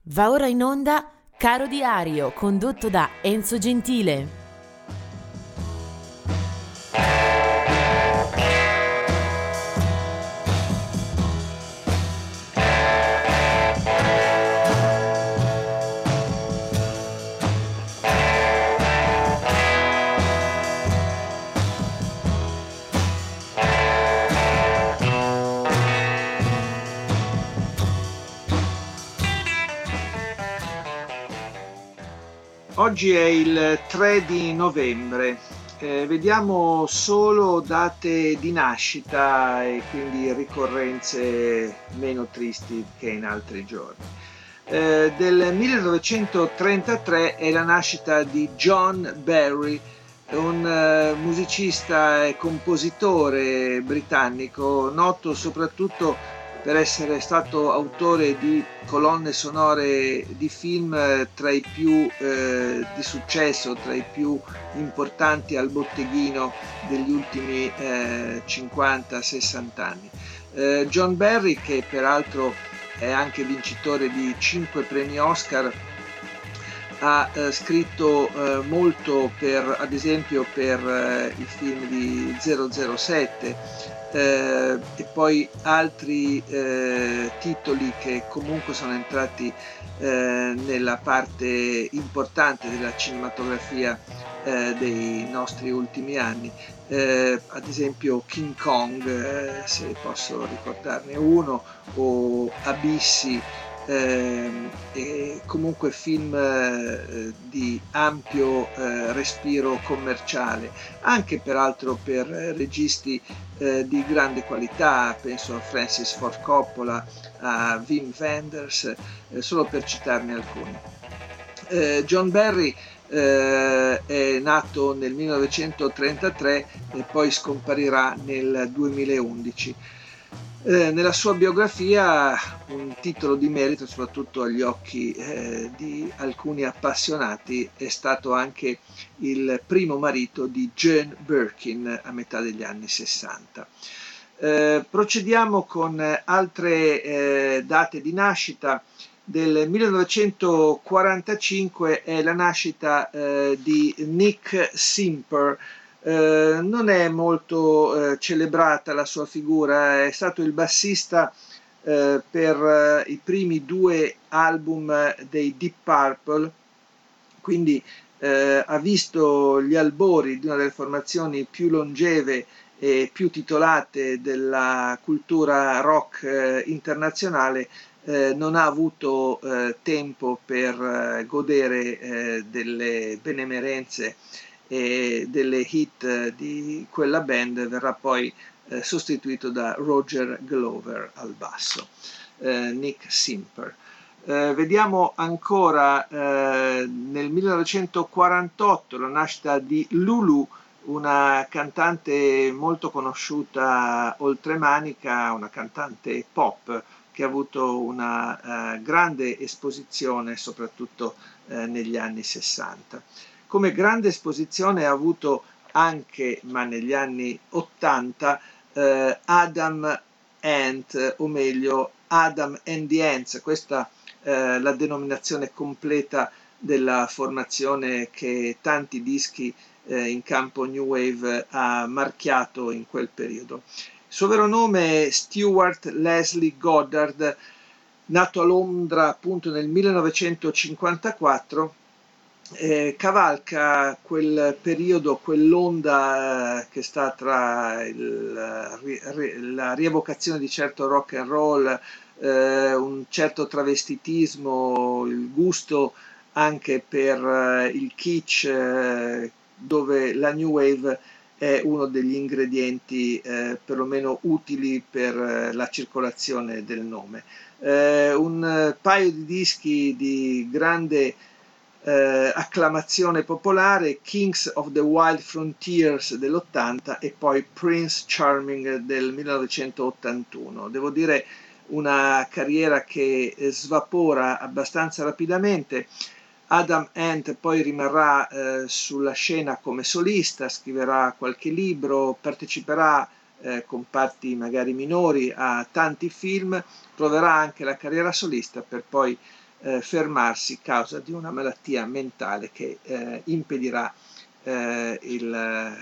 Va ora in onda Caro Diario, condotto da Enzo Gentile. Oggi è il 3 di novembre, vediamo solo date di nascita e quindi ricorrenze meno tristi che in altri giorni. Del 1933 è la nascita di John Barry, un musicista e compositore britannico, noto soprattutto per essere stato autore di colonne sonore di film tra i più di successo, tra i più importanti al botteghino degli ultimi 50-60 anni. John Barry, che peraltro è anche vincitore di 5 premi Oscar, ha scritto molto ad esempio per il film di 007 e poi altri titoli che comunque sono entrati nella parte importante della cinematografia dei nostri ultimi anni, ad esempio King Kong, se posso ricordarne uno, o Abissi, e comunque film di ampio respiro commerciale, anche peraltro per registi di grande qualità, penso a Francis Ford Coppola, a Wim Wenders, solo per citarne alcuni. John Barry è nato nel 1933 e poi scomparirà nel 2011. Nella sua biografia un titolo di merito, soprattutto agli occhi di alcuni appassionati, è stato anche il primo marito di Jane Birkin a metà degli anni 60. Procediamo con altre date di nascita. Del 1945 è la nascita di Nick Simper. Non è molto celebrata la sua figura, è stato il bassista per i primi 2 album dei Deep Purple, quindi ha visto gli albori di una delle formazioni più longeve e più titolate della cultura rock internazionale. Non ha avuto tempo per godere delle benemerenze e delle hit di quella band, verrà poi sostituito da Roger Glover al basso. Nick Simper. Vediamo ancora nel 1948 la nascita di Lulu, una cantante molto conosciuta oltremanica, una cantante pop che ha avuto una grande esposizione soprattutto negli anni 60. Come grande esposizione ha avuto anche, ma negli anni 80, Adam Ant, o meglio Adam and the Ants, questa la denominazione completa della formazione che tanti dischi in campo New Wave ha marchiato in quel periodo. Il suo vero nome è Stuart Leslie Goddard, nato a Londra appunto nel 1954. Cavalca quel periodo, quell'onda che sta tra la rievocazione di certo rock and roll, un certo travestitismo, il gusto anche per il kitsch, dove la New Wave è uno degli ingredienti perlomeno utili per la circolazione del nome. Un paio di dischi di grande acclamazione popolare, Kings of the Wild Frontiers dell'80 e poi Prince Charming del 1981. Devo dire una carriera che svapora abbastanza rapidamente. Adam Ant poi rimarrà sulla scena come solista, scriverà qualche libro, parteciperà con parti magari minori a tanti film, proverà anche la carriera solista per poi fermarsi a causa di una malattia mentale che impedirà il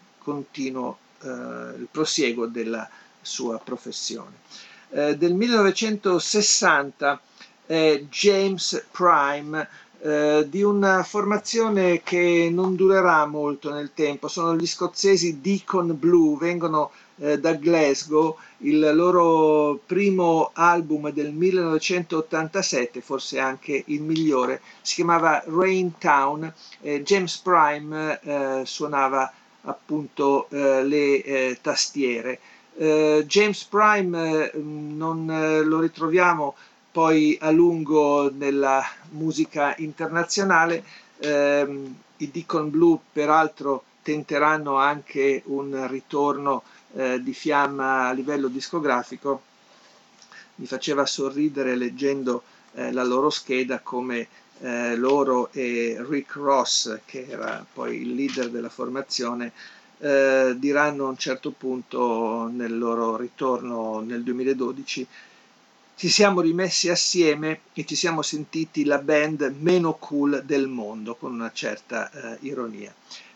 prosieguo della sua professione. Del 1960 è James Prime, di una formazione che non durerà molto nel tempo. Sono gli scozzesi Deacon Blue, vengono da Glasgow. Il loro primo album del 1987, forse anche il migliore, si chiamava Rain Town. James Prime suonava appunto le tastiere. James Prime non lo ritroviamo poi a lungo nella musica internazionale. I Deacon Blue peraltro tenteranno anche un ritorno di fiamma a livello discografico. Mi faceva sorridere leggendo la loro scheda come loro e Rick Ross, che era poi il leader della formazione, diranno a un certo punto nel loro ritorno nel 2012: ci siamo rimessi assieme e ci siamo sentiti la band meno cool del mondo, con una certa ironia.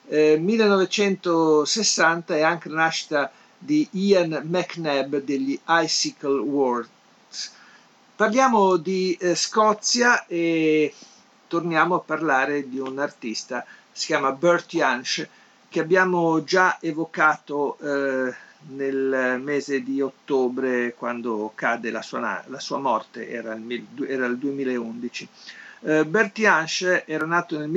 1960 è anche la nascita di Ian McNabb degli Icicle Works. Parliamo di Scozia e torniamo a parlare di un artista, si chiama Bert Jansch, che abbiamo già evocato nel mese di ottobre, quando cade la sua morte, era il 2011. Bert Jansch era nato nel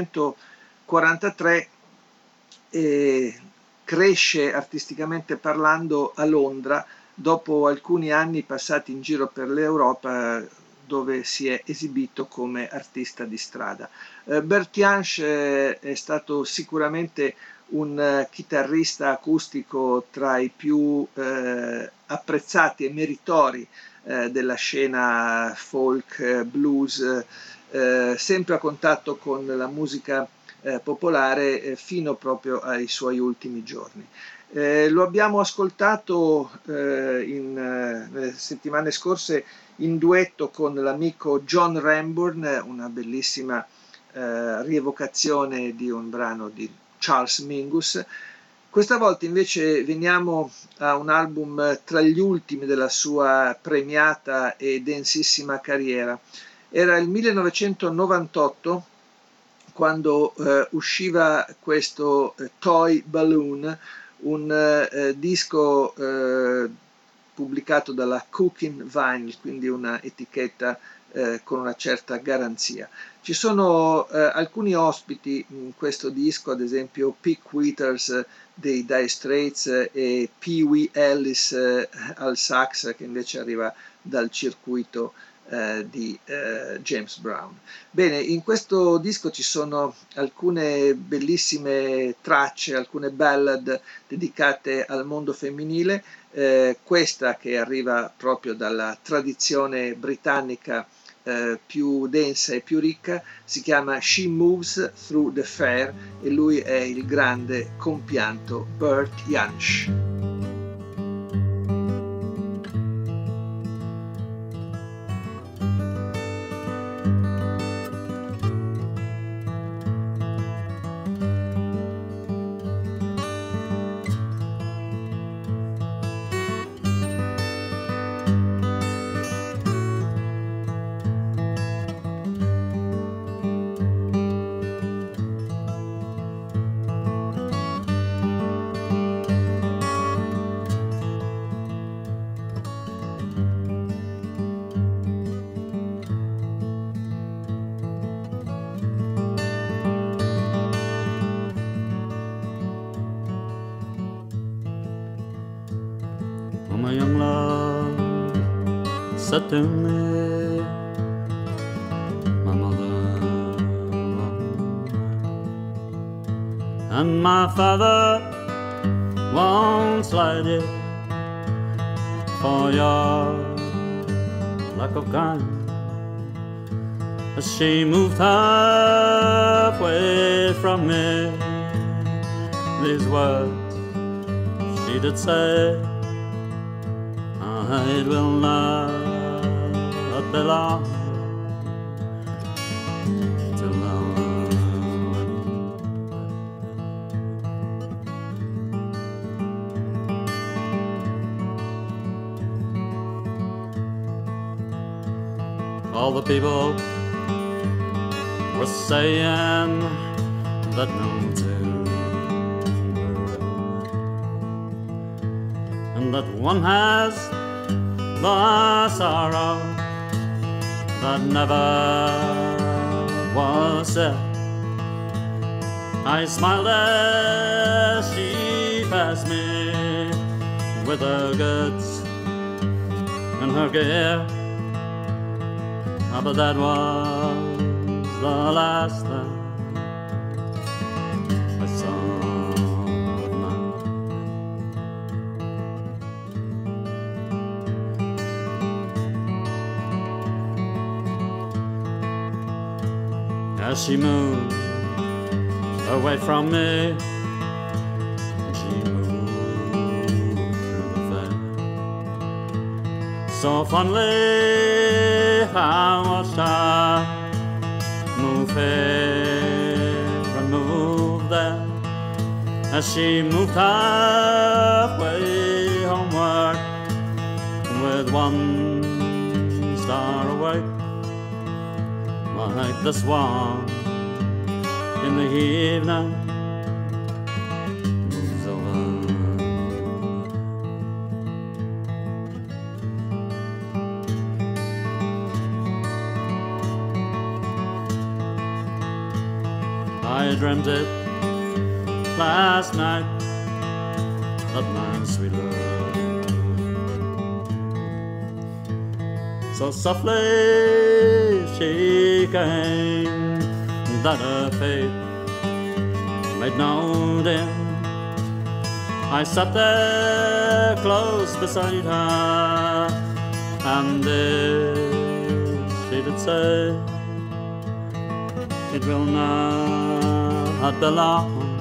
1943 e cresce artisticamente parlando a Londra dopo alcuni anni passati in giro per l'Europa, dove si è esibito come artista di strada. Bert Jansch è stato sicuramente un chitarrista acustico tra i più apprezzati e meritori della scena folk, blues, sempre a contatto con la musica popolare fino proprio ai suoi ultimi giorni. Lo abbiamo ascoltato nelle settimane scorse in duetto con l'amico John Ramburn, una bellissima rievocazione di un brano di Charles Mingus. Questa volta invece veniamo a un album tra gli ultimi della sua premiata e densissima carriera. Era il 1998 quando usciva questo Toy Balloon, un disco pubblicato dalla Cooking Vinyl, quindi una etichetta con una certa garanzia. Ci sono alcuni ospiti in questo disco, ad esempio Pick Withers dei Dire Straits e Pee Wee Ellis al sax, che invece arriva dal circuito di James Brown. Bene, in questo disco ci sono alcune bellissime tracce, alcune ballad dedicate al mondo femminile, questa che arriva proprio dalla tradizione britannica più densa e più ricca, si chiama She Moves Through the Fair e lui è il grande compianto Bert Jansch. My young love said to me, my mother and my father won't slide it for your lack of kind. As she moved halfway from me, these words she did say, it will not be long all the people were saying that no two were wrong, and that one has the sorrow that never was said. I smiled as she passed me with her goods and her gear, but that was the last thing I saw of mine. As she moved away from me, she moved through the fair. So fondly I watched her move here and move there, as she moved her way homeward with one star awake, like the swan in the evening moves over. I dreamt it last night, that my sweet love, so softly she came, that her fate made no dim. I sat there close beside her, and this she did say, it will not be long